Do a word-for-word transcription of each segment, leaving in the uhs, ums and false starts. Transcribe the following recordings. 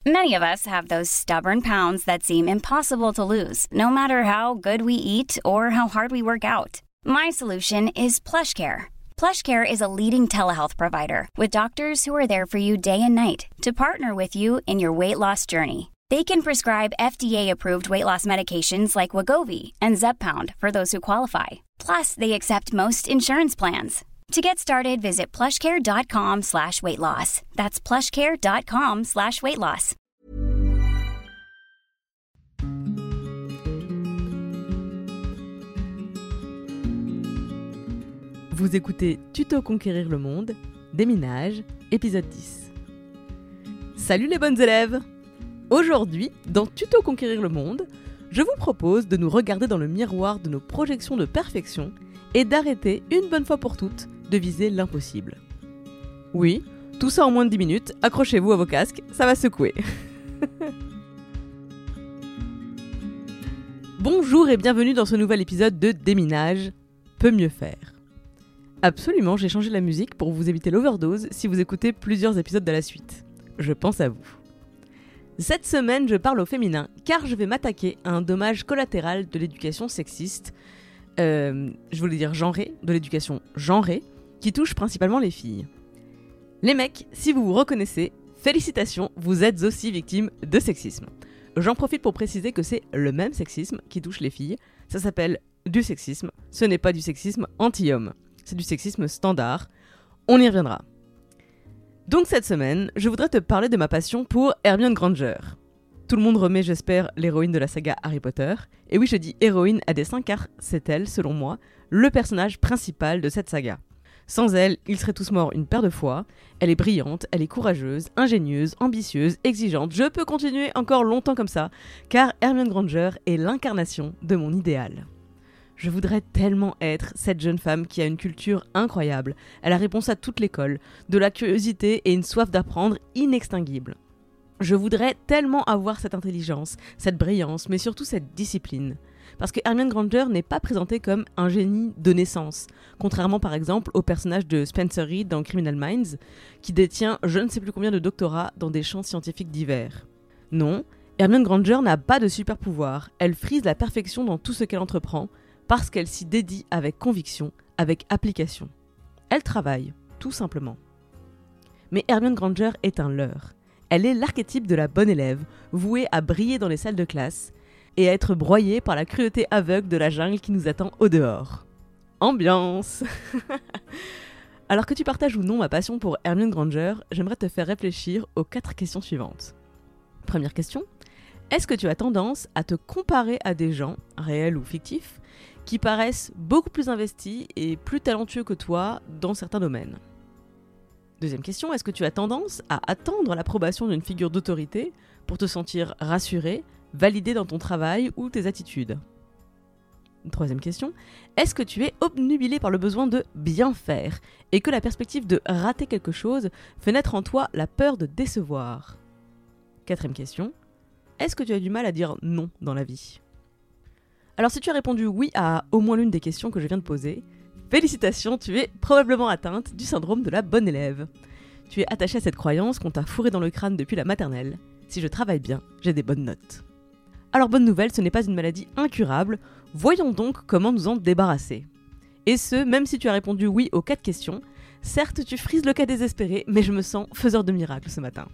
Many of us have those stubborn pounds that seem impossible to lose, no matter how good we eat or how hard we work out. My solution is PlushCare. PlushCare is a leading telehealth provider with doctors who are there for you day and night to partner with you in your weight loss journey. They can prescribe F D A-approved weight loss medications like Wegovy and Zepbound for those who qualify. Plus, they accept most insurance plans. To get started, visit plushcare.com slash weight loss. That's plushcare.com slash weight loss. Vous écoutez Tuto Conquérir le Monde, Déminage, épisode dix. Salut les bonnes élèves! Aujourd'hui, dans Tuto Conquérir le Monde, je vous propose de nous regarder dans le miroir de nos projections de perfection et d'arrêter une bonne fois pour toutes de viser l'impossible. Oui, tout ça en moins de dix minutes, accrochez-vous à vos casques, ça va secouer. Bonjour et bienvenue dans ce nouvel épisode de Déminage, peut mieux faire. Absolument, j'ai changé la musique pour vous éviter l'overdose si vous écoutez plusieurs épisodes de la suite. Je pense à vous. Cette semaine, je parle au féminin car je vais m'attaquer à un dommage collatéral de l'éducation sexiste, euh, je voulais dire genrée, de l'éducation genrée, qui touche principalement les filles. Les mecs, si vous vous reconnaissez, félicitations, vous êtes aussi victimes de sexisme. J'en profite pour préciser que c'est le même sexisme qui touche les filles, ça s'appelle du sexisme, ce n'est pas du sexisme anti-homme, c'est du sexisme standard, on y reviendra. Donc cette semaine, je voudrais te parler de ma passion pour Hermione Granger. Tout le monde remet, j'espère, l'héroïne de la saga Harry Potter, et oui je dis héroïne à dessein car c'est elle, selon moi, le personnage principal de cette saga. Sans elle, ils seraient tous morts une paire de fois. Elle est brillante, elle est courageuse, ingénieuse, ambitieuse, exigeante. Je peux continuer encore longtemps comme ça, car Hermione Granger est l'incarnation de mon idéal. Je voudrais tellement être cette jeune femme qui a une culture incroyable. Elle a réponse à toute l'école, de la curiosité et une soif d'apprendre inextinguible. Je voudrais tellement avoir cette intelligence, cette brillance, mais surtout cette discipline. Parce que Hermione Granger n'est pas présentée comme un génie de naissance, contrairement par exemple au personnage de Spencer Reid dans Criminal Minds, qui détient je ne sais plus combien de doctorats dans des champs scientifiques divers. Non, Hermione Granger n'a pas de super pouvoir, elle frise la perfection dans tout ce qu'elle entreprend, parce qu'elle s'y dédie avec conviction, avec application. Elle travaille, tout simplement. Mais Hermione Granger est un leurre. Elle est l'archétype de la bonne élève, vouée à briller dans les salles de classe, et à être broyée par la cruauté aveugle de la jungle qui nous attend au dehors. Ambiance. Alors que tu partages ou non ma passion pour Hermione Granger, j'aimerais te faire réfléchir aux quatre questions suivantes. Première question, est-ce que tu as tendance à te comparer à des gens, réels ou fictifs, qui paraissent beaucoup plus investis et plus talentueux que toi dans certains domaines ? Deuxième question, est-ce que tu as tendance à attendre l'approbation d'une figure d'autorité pour te sentir rassuré, validé dans ton travail ou tes attitudes ? Troisième question, est-ce que tu es obnubilé par le besoin de bien faire et que la perspective de rater quelque chose fait naître en toi la peur de décevoir ? Quatrième question, est-ce que tu as du mal à dire non dans la vie ? Alors si tu as répondu oui à au moins l'une des questions que je viens de poser, félicitations, tu es probablement atteinte du syndrome de la bonne élève. Tu es attaché à cette croyance qu'on t'a fourré dans le crâne depuis la maternelle. Si je travaille bien, j'ai des bonnes notes. Alors bonne nouvelle, ce n'est pas une maladie incurable, voyons donc comment nous en débarrasser. Et ce, même si tu as répondu oui aux quatre questions, certes tu frises le cas désespéré, mais je me sens faiseur de miracles ce matin.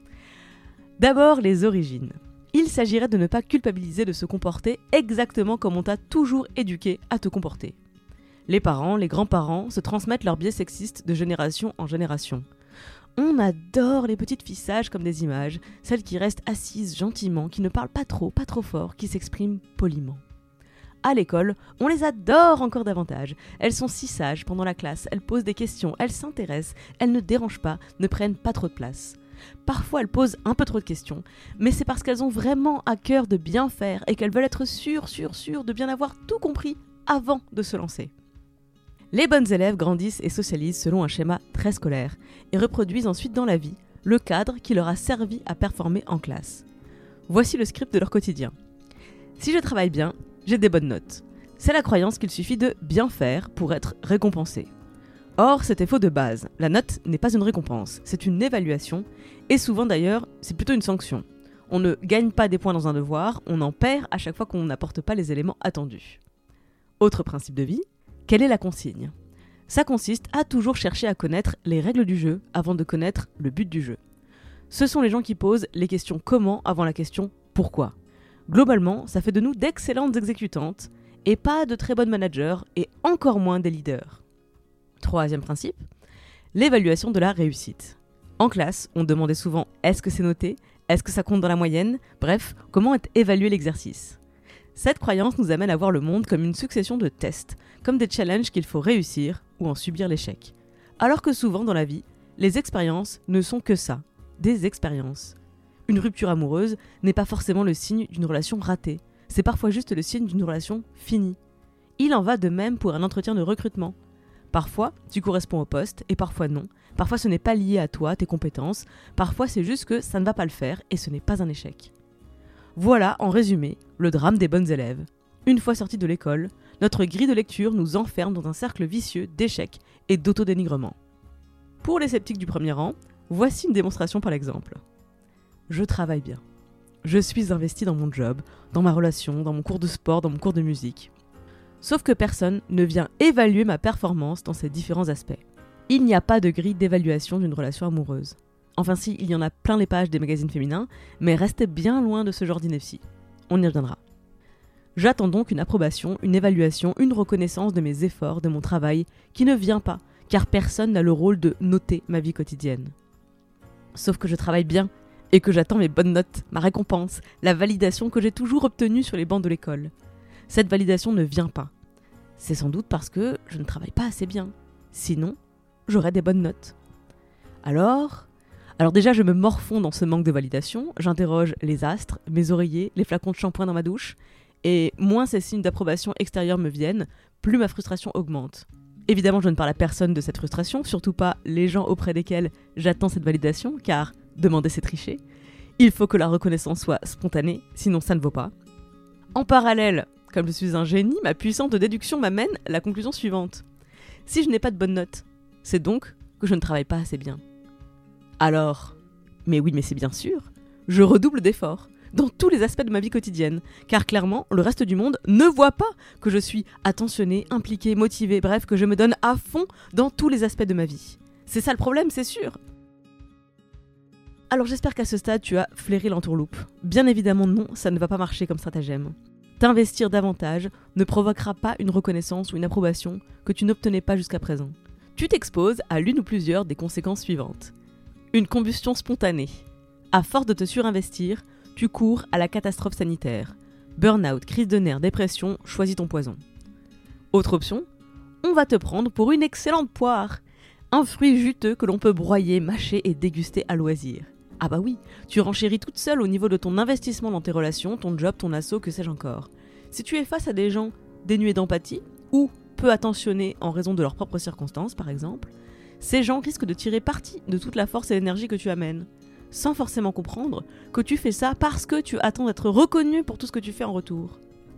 D'abord les origines. Il s'agirait de ne pas culpabiliser de se comporter exactement comme on t'a toujours éduqué à te comporter. Les parents, les grands-parents se transmettent leurs biais sexistes de génération en génération. On adore les petites filles sages comme des images, celles qui restent assises gentiment, qui ne parlent pas trop, pas trop fort, qui s'expriment poliment. À l'école, on les adore encore davantage. Elles sont si sages pendant la classe, elles posent des questions, elles s'intéressent, elles ne dérangent pas, ne prennent pas trop de place. Parfois, elles posent un peu trop de questions, mais c'est parce qu'elles ont vraiment à cœur de bien faire et qu'elles veulent être sûres, sûres, sûres de bien avoir tout compris avant de se lancer. Les bonnes élèves grandissent et socialisent selon un schéma très scolaire et reproduisent ensuite dans la vie le cadre qui leur a servi à performer en classe. Voici le script de leur quotidien. Si je travaille bien, j'ai des bonnes notes. C'est la croyance qu'il suffit de bien faire pour être récompensé. Or, c'était faux de base. La note n'est pas une récompense, c'est une évaluation, et souvent d'ailleurs, c'est plutôt une sanction. On ne gagne pas des points dans un devoir, on en perd à chaque fois qu'on n'apporte pas les éléments attendus. Autre principe de vie, quelle est la consigne ? Ça consiste à toujours chercher à connaître les règles du jeu avant de connaître le but du jeu. Ce sont les gens qui posent les questions comment avant la question pourquoi. Globalement, ça fait de nous d'excellentes exécutantes, et pas de très bonnes managers, et encore moins des leaders. Troisième principe, l'évaluation de la réussite. En classe, on demandait souvent « est-ce que c'est noté ? Est-ce que ça compte dans la moyenne ?» Bref, comment est évalué l'exercice ? Cette croyance nous amène à voir le monde comme une succession de tests, comme des challenges qu'il faut réussir ou en subir l'échec. Alors que souvent dans la vie, les expériences ne sont que ça, des expériences. Une rupture amoureuse n'est pas forcément le signe d'une relation ratée, c'est parfois juste le signe d'une relation finie. Il en va de même pour un entretien de recrutement. Parfois, tu corresponds au poste et parfois non. Parfois ce n'est pas lié à toi, tes compétences, parfois c'est juste que ça ne va pas le faire et ce n'est pas un échec. Voilà, en résumé, le drame des bonnes élèves. Une fois sortis de l'école, notre grille de lecture nous enferme dans un cercle vicieux d'échecs et d'autodénigrement. Pour les sceptiques du premier rang, voici une démonstration par l'exemple. Je travaille bien. Je suis investi dans mon job, dans ma relation, dans mon cours de sport, dans mon cours de musique. Sauf que personne ne vient évaluer ma performance dans ces différents aspects. Il n'y a pas de grille d'évaluation d'une relation amoureuse. Enfin si, il y en a plein les pages des magazines féminins, mais restez bien loin de ce genre d'ineptie. On y reviendra. J'attends donc une approbation, une évaluation, une reconnaissance de mes efforts, de mon travail, qui ne vient pas, car personne n'a le rôle de noter ma vie quotidienne. Sauf que je travaille bien, et que j'attends mes bonnes notes, ma récompense, la validation que j'ai toujours obtenue sur les bancs de l'école. Cette validation ne vient pas. C'est sans doute parce que je ne travaille pas assez bien. Sinon, j'aurais des bonnes notes. Alors... Alors déjà, je me morfonds dans ce manque de validation, j'interroge les astres, mes oreillers, les flacons de shampoing dans ma douche, et moins ces signes d'approbation extérieure me viennent, plus ma frustration augmente. Évidemment, je ne parle à personne de cette frustration, surtout pas les gens auprès desquels j'attends cette validation, car demander c'est tricher. Il faut que la reconnaissance soit spontanée, sinon ça ne vaut pas. En parallèle, comme je suis un génie, ma puissante déduction m'amène à la conclusion suivante. Si je n'ai pas de bonnes notes, c'est donc que je ne travaille pas assez bien. Alors, mais oui, mais c'est bien sûr, je redouble d'efforts dans tous les aspects de ma vie quotidienne, car clairement, le reste du monde ne voit pas que je suis attentionnée, impliquée, motivée, bref, que je me donne à fond dans tous les aspects de ma vie. C'est ça le problème, c'est sûr. Alors j'espère qu'à ce stade, tu as flairé l'entourloupe. Bien évidemment non, ça ne va pas marcher comme stratagème. T'investir davantage ne provoquera pas une reconnaissance ou une approbation que tu n'obtenais pas jusqu'à présent. Tu t'exposes à l'une ou plusieurs des conséquences suivantes. Une combustion spontanée. À force de te surinvestir, tu cours à la catastrophe sanitaire. Burn-out, crise de nerfs, dépression, choisis ton poison. Autre option, on va te prendre pour une excellente poire. Un fruit juteux que l'on peut broyer, mâcher et déguster à loisir. Ah bah oui, tu renchéris toute seule au niveau de ton investissement dans tes relations, ton job, ton asso, que sais-je encore. Si tu es face à des gens dénués d'empathie, ou peu attentionnés en raison de leurs propres circonstances par exemple, ces gens risquent de tirer parti de toute la force et l'énergie que tu amènes, sans forcément comprendre que tu fais ça parce que tu attends d'être reconnu pour tout ce que tu fais en retour.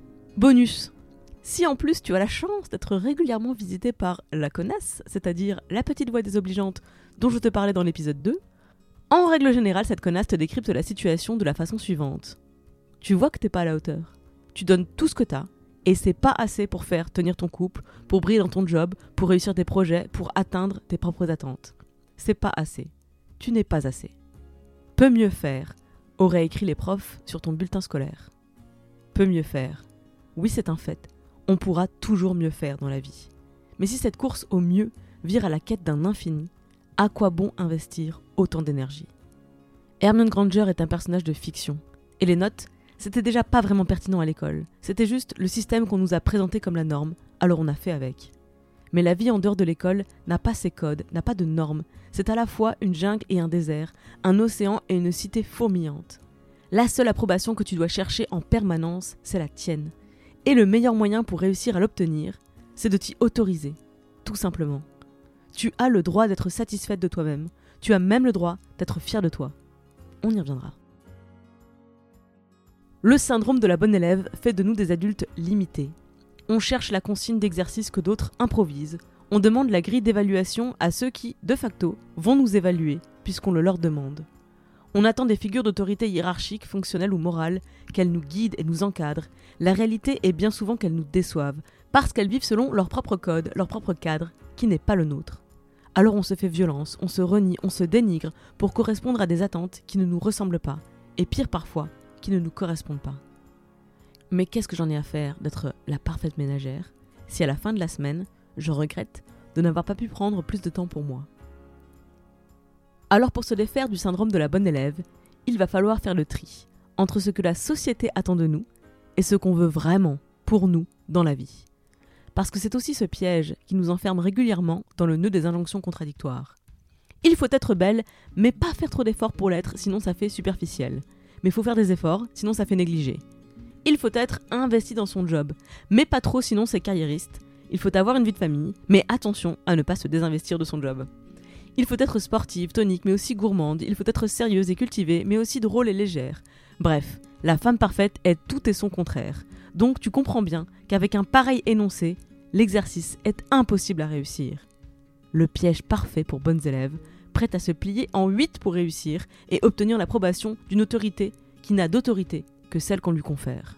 Bonus. Si en plus tu as la chance d'être régulièrement visité par la connasse, c'est-à-dire la petite voix désobligeante dont je te parlais dans l'épisode deux, en règle générale cette connasse te décrypte la situation de la façon suivante. Tu vois que t'es pas à la hauteur. Tu donnes tout ce que t'as, et c'est pas assez pour faire tenir ton couple, pour briller dans ton job, pour réussir tes projets, pour atteindre tes propres attentes. C'est pas assez. Tu n'es pas assez. Peut mieux faire, auraient écrit les profs sur ton bulletin scolaire. Peut mieux faire. Oui, c'est un fait. On pourra toujours mieux faire dans la vie. Mais si cette course au mieux vire à la quête d'un infini, à quoi bon investir autant d'énergie ? Hermione Granger est un personnage de fiction. Et les notes, c'était déjà pas vraiment pertinent à l'école. C'était juste le système qu'on nous a présenté comme la norme, alors on a fait avec. Mais la vie en dehors de l'école n'a pas ses codes, n'a pas de normes. C'est à la fois une jungle et un désert, un océan et une cité fourmillante. La seule approbation que tu dois chercher en permanence, c'est la tienne. Et le meilleur moyen pour réussir à l'obtenir, c'est de t'y autoriser, tout simplement. Tu as le droit d'être satisfaite de toi-même. Tu as même le droit d'être fière de toi. On y reviendra. Le syndrome de la bonne élève fait de nous des adultes limités. On cherche la consigne d'exercice que d'autres improvisent. On demande la grille d'évaluation à ceux qui, de facto, vont nous évaluer, puisqu'on le leur demande. On attend des figures d'autorité hiérarchique, fonctionnelle ou morale, qu'elles nous guident et nous encadrent. La réalité est bien souvent qu'elles nous déçoivent, parce qu'elles vivent selon leur propre code, leur propre cadre, qui n'est pas le nôtre. Alors on se fait violence, on se renie, on se dénigre pour correspondre à des attentes qui ne nous ressemblent pas, et pire parfois, qui ne nous correspondent pas. Mais qu'est-ce que j'en ai à faire d'être la parfaite ménagère, si à la fin de la semaine, je regrette de n'avoir pas pu prendre plus de temps pour moi? Alors pour se défaire du syndrome de la bonne élève, il va falloir faire le tri entre ce que la société attend de nous et ce qu'on veut vraiment pour nous dans la vie. Parce que c'est aussi ce piège qui nous enferme régulièrement dans le nœud des injonctions contradictoires. Il faut être belle, mais pas faire trop d'efforts pour l'être, sinon ça fait superficiel. Mais il faut faire des efforts, sinon ça fait négliger. Il faut être investi dans son job, mais pas trop, sinon c'est carriériste. Il faut avoir une vie de famille, mais attention à ne pas se désinvestir de son job. Il faut être sportive, tonique, mais aussi gourmande. Il faut être sérieuse et cultivée, mais aussi drôle et légère. Bref, la femme parfaite est tout et son contraire. Donc tu comprends bien qu'avec un pareil énoncé, l'exercice est impossible à réussir. Le piège parfait pour bonnes élèves, prêtes à se plier en huit pour réussir et obtenir l'approbation d'une autorité qui n'a d'autorité que celle qu'on lui confère.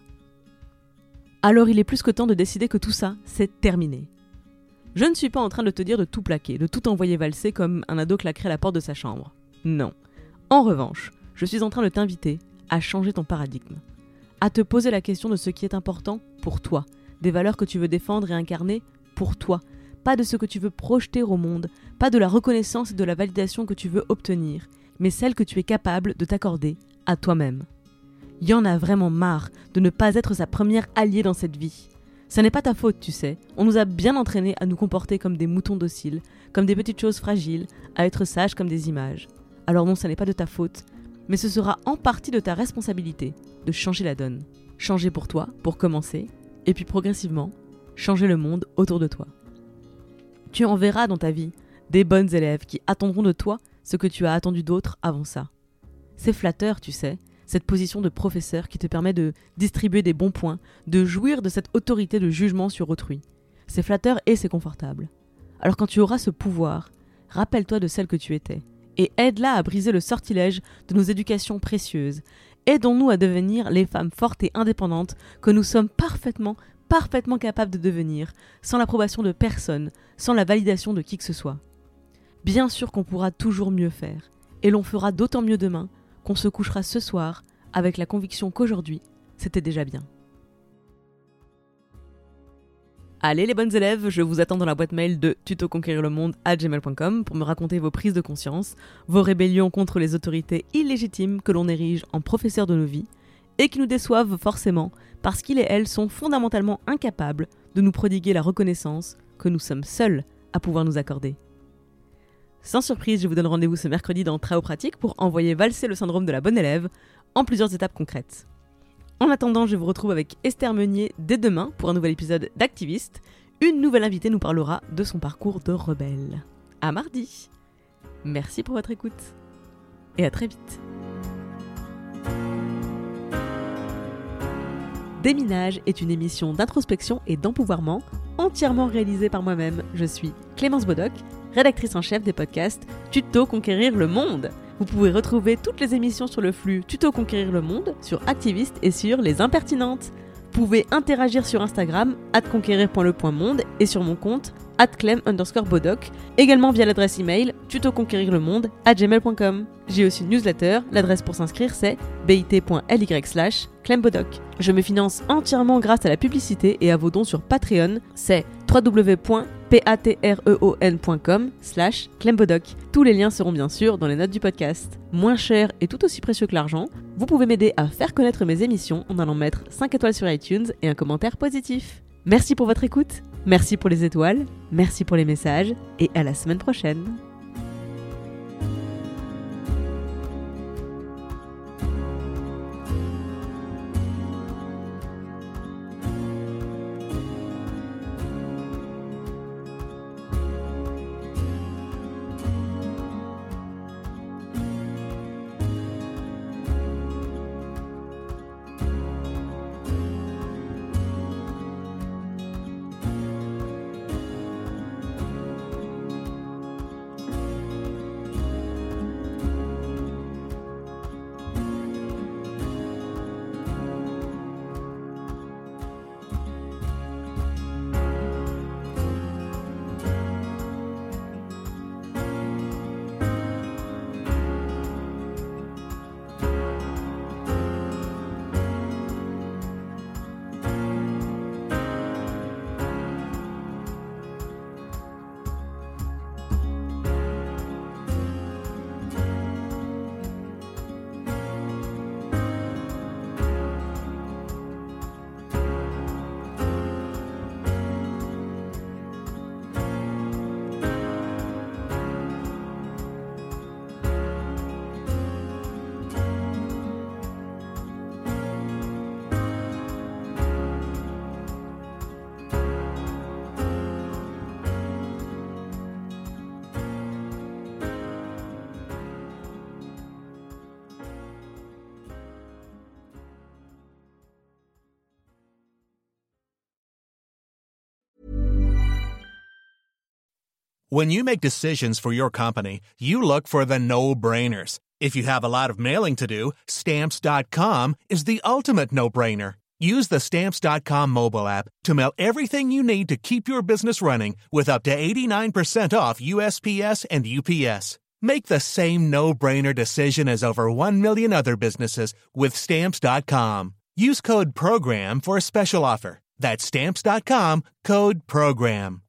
Alors il est plus que temps de décider que tout ça, c'est terminé. Je ne suis pas en train de te dire de tout plaquer, de tout envoyer valser comme un ado claquerait à la porte de sa chambre. Non. En revanche, je suis en train de t'inviter à changer ton paradigme, à te poser la question de ce qui est important pour toi, des valeurs que tu veux défendre et incarner pour toi, pas de ce que tu veux projeter au monde, pas de la reconnaissance et de la validation que tu veux obtenir, mais celle que tu es capable de t'accorder à toi-même. Il y en a vraiment marre de ne pas être sa première alliée dans cette vie. Ça n'est pas ta faute, tu sais. On nous a bien entraînés à nous comporter comme des moutons dociles, comme des petites choses fragiles, à être sages comme des images. Alors non, ça n'est pas de ta faute, mais ce sera en partie de ta responsabilité de changer la donne. Changer pour toi, pour commencer, et puis progressivement, changer le monde autour de toi. Tu en verras dans ta vie des bonnes élèves qui attendront de toi ce que tu as attendu d'autres avant ça. C'est flatteur, tu sais, cette position de professeur qui te permet de distribuer des bons points, de jouir de cette autorité de jugement sur autrui. C'est flatteur et c'est confortable. Alors quand tu auras ce pouvoir, rappelle-toi de celle que tu étais et aide-la à briser le sortilège de nos éducations précieuses. Aidons-nous à devenir les femmes fortes et indépendantes que nous sommes parfaitement, parfaitement capables de devenir, sans l'approbation de personne, sans la validation de qui que ce soit. Bien sûr qu'on pourra toujours mieux faire, et l'on fera d'autant mieux demain qu'on se couchera ce soir avec la conviction qu'aujourd'hui, c'était déjà bien. Allez les bonnes élèves, je vous attends dans la boîte mail de tuto conquérir le monde arobase gmail point com pour me raconter vos prises de conscience, vos rébellions contre les autorités illégitimes que l'on érige en professeurs de nos vies et qui nous déçoivent forcément parce qu'ils et elles sont fondamentalement incapables de nous prodiguer la reconnaissance que nous sommes seuls à pouvoir nous accorder. Sans surprise, je vous donne rendez-vous ce mercredi dans Travaux pratiques pour envoyer valser le syndrome de la bonne élève en plusieurs étapes concrètes. En attendant, je vous retrouve avec Esther Meunier dès demain pour un nouvel épisode d'Activiste. Une nouvelle invitée nous parlera de son parcours de rebelle. À mardi. Merci pour votre écoute et à très vite. Déminage est une émission d'introspection et d'empouvoirment entièrement réalisée par moi-même. Je suis Clémence Bodoc, rédactrice en chef des podcasts Tuto Conquérir le Monde. Vous pouvez retrouver toutes les émissions sur le flux Tuto Conquérir le Monde, sur Activiste et sur Les Impertinentes. Vous pouvez interagir sur Instagram arobase conquérir point le point monde et sur mon compte arobase clem underscore bodoc, également via l'adresse email tutoconquérirlemonde arobase gmail point com. J'ai aussi une newsletter, l'adresse pour s'inscrire c'est bit.ly slash clembodoc. Je me finance entièrement grâce à la publicité et à vos dons sur Patreon, c'est www.patreon.com slash clembodoc. Tous les liens seront bien sûr dans les notes du podcast. Moins cher et tout aussi précieux que l'argent, vous pouvez m'aider à faire connaître mes émissions en allant mettre cinq étoiles sur iTunes et un commentaire positif. Merci pour votre écoute, merci pour les étoiles, merci pour les messages et à la semaine prochaine. When you make decisions for your company, you look for the no-brainers. If you have a lot of mailing to do, Stamps dot com is the ultimate no-brainer. Use the Stamps dot com mobile app to mail everything you need to keep your business running with up to eighty-nine percent off U S P S and U P S. Make the same no-brainer decision as over one million other businesses with Stamps dot com. Use code PROGRAM for a special offer. That's Stamps dot com, code PROGRAM.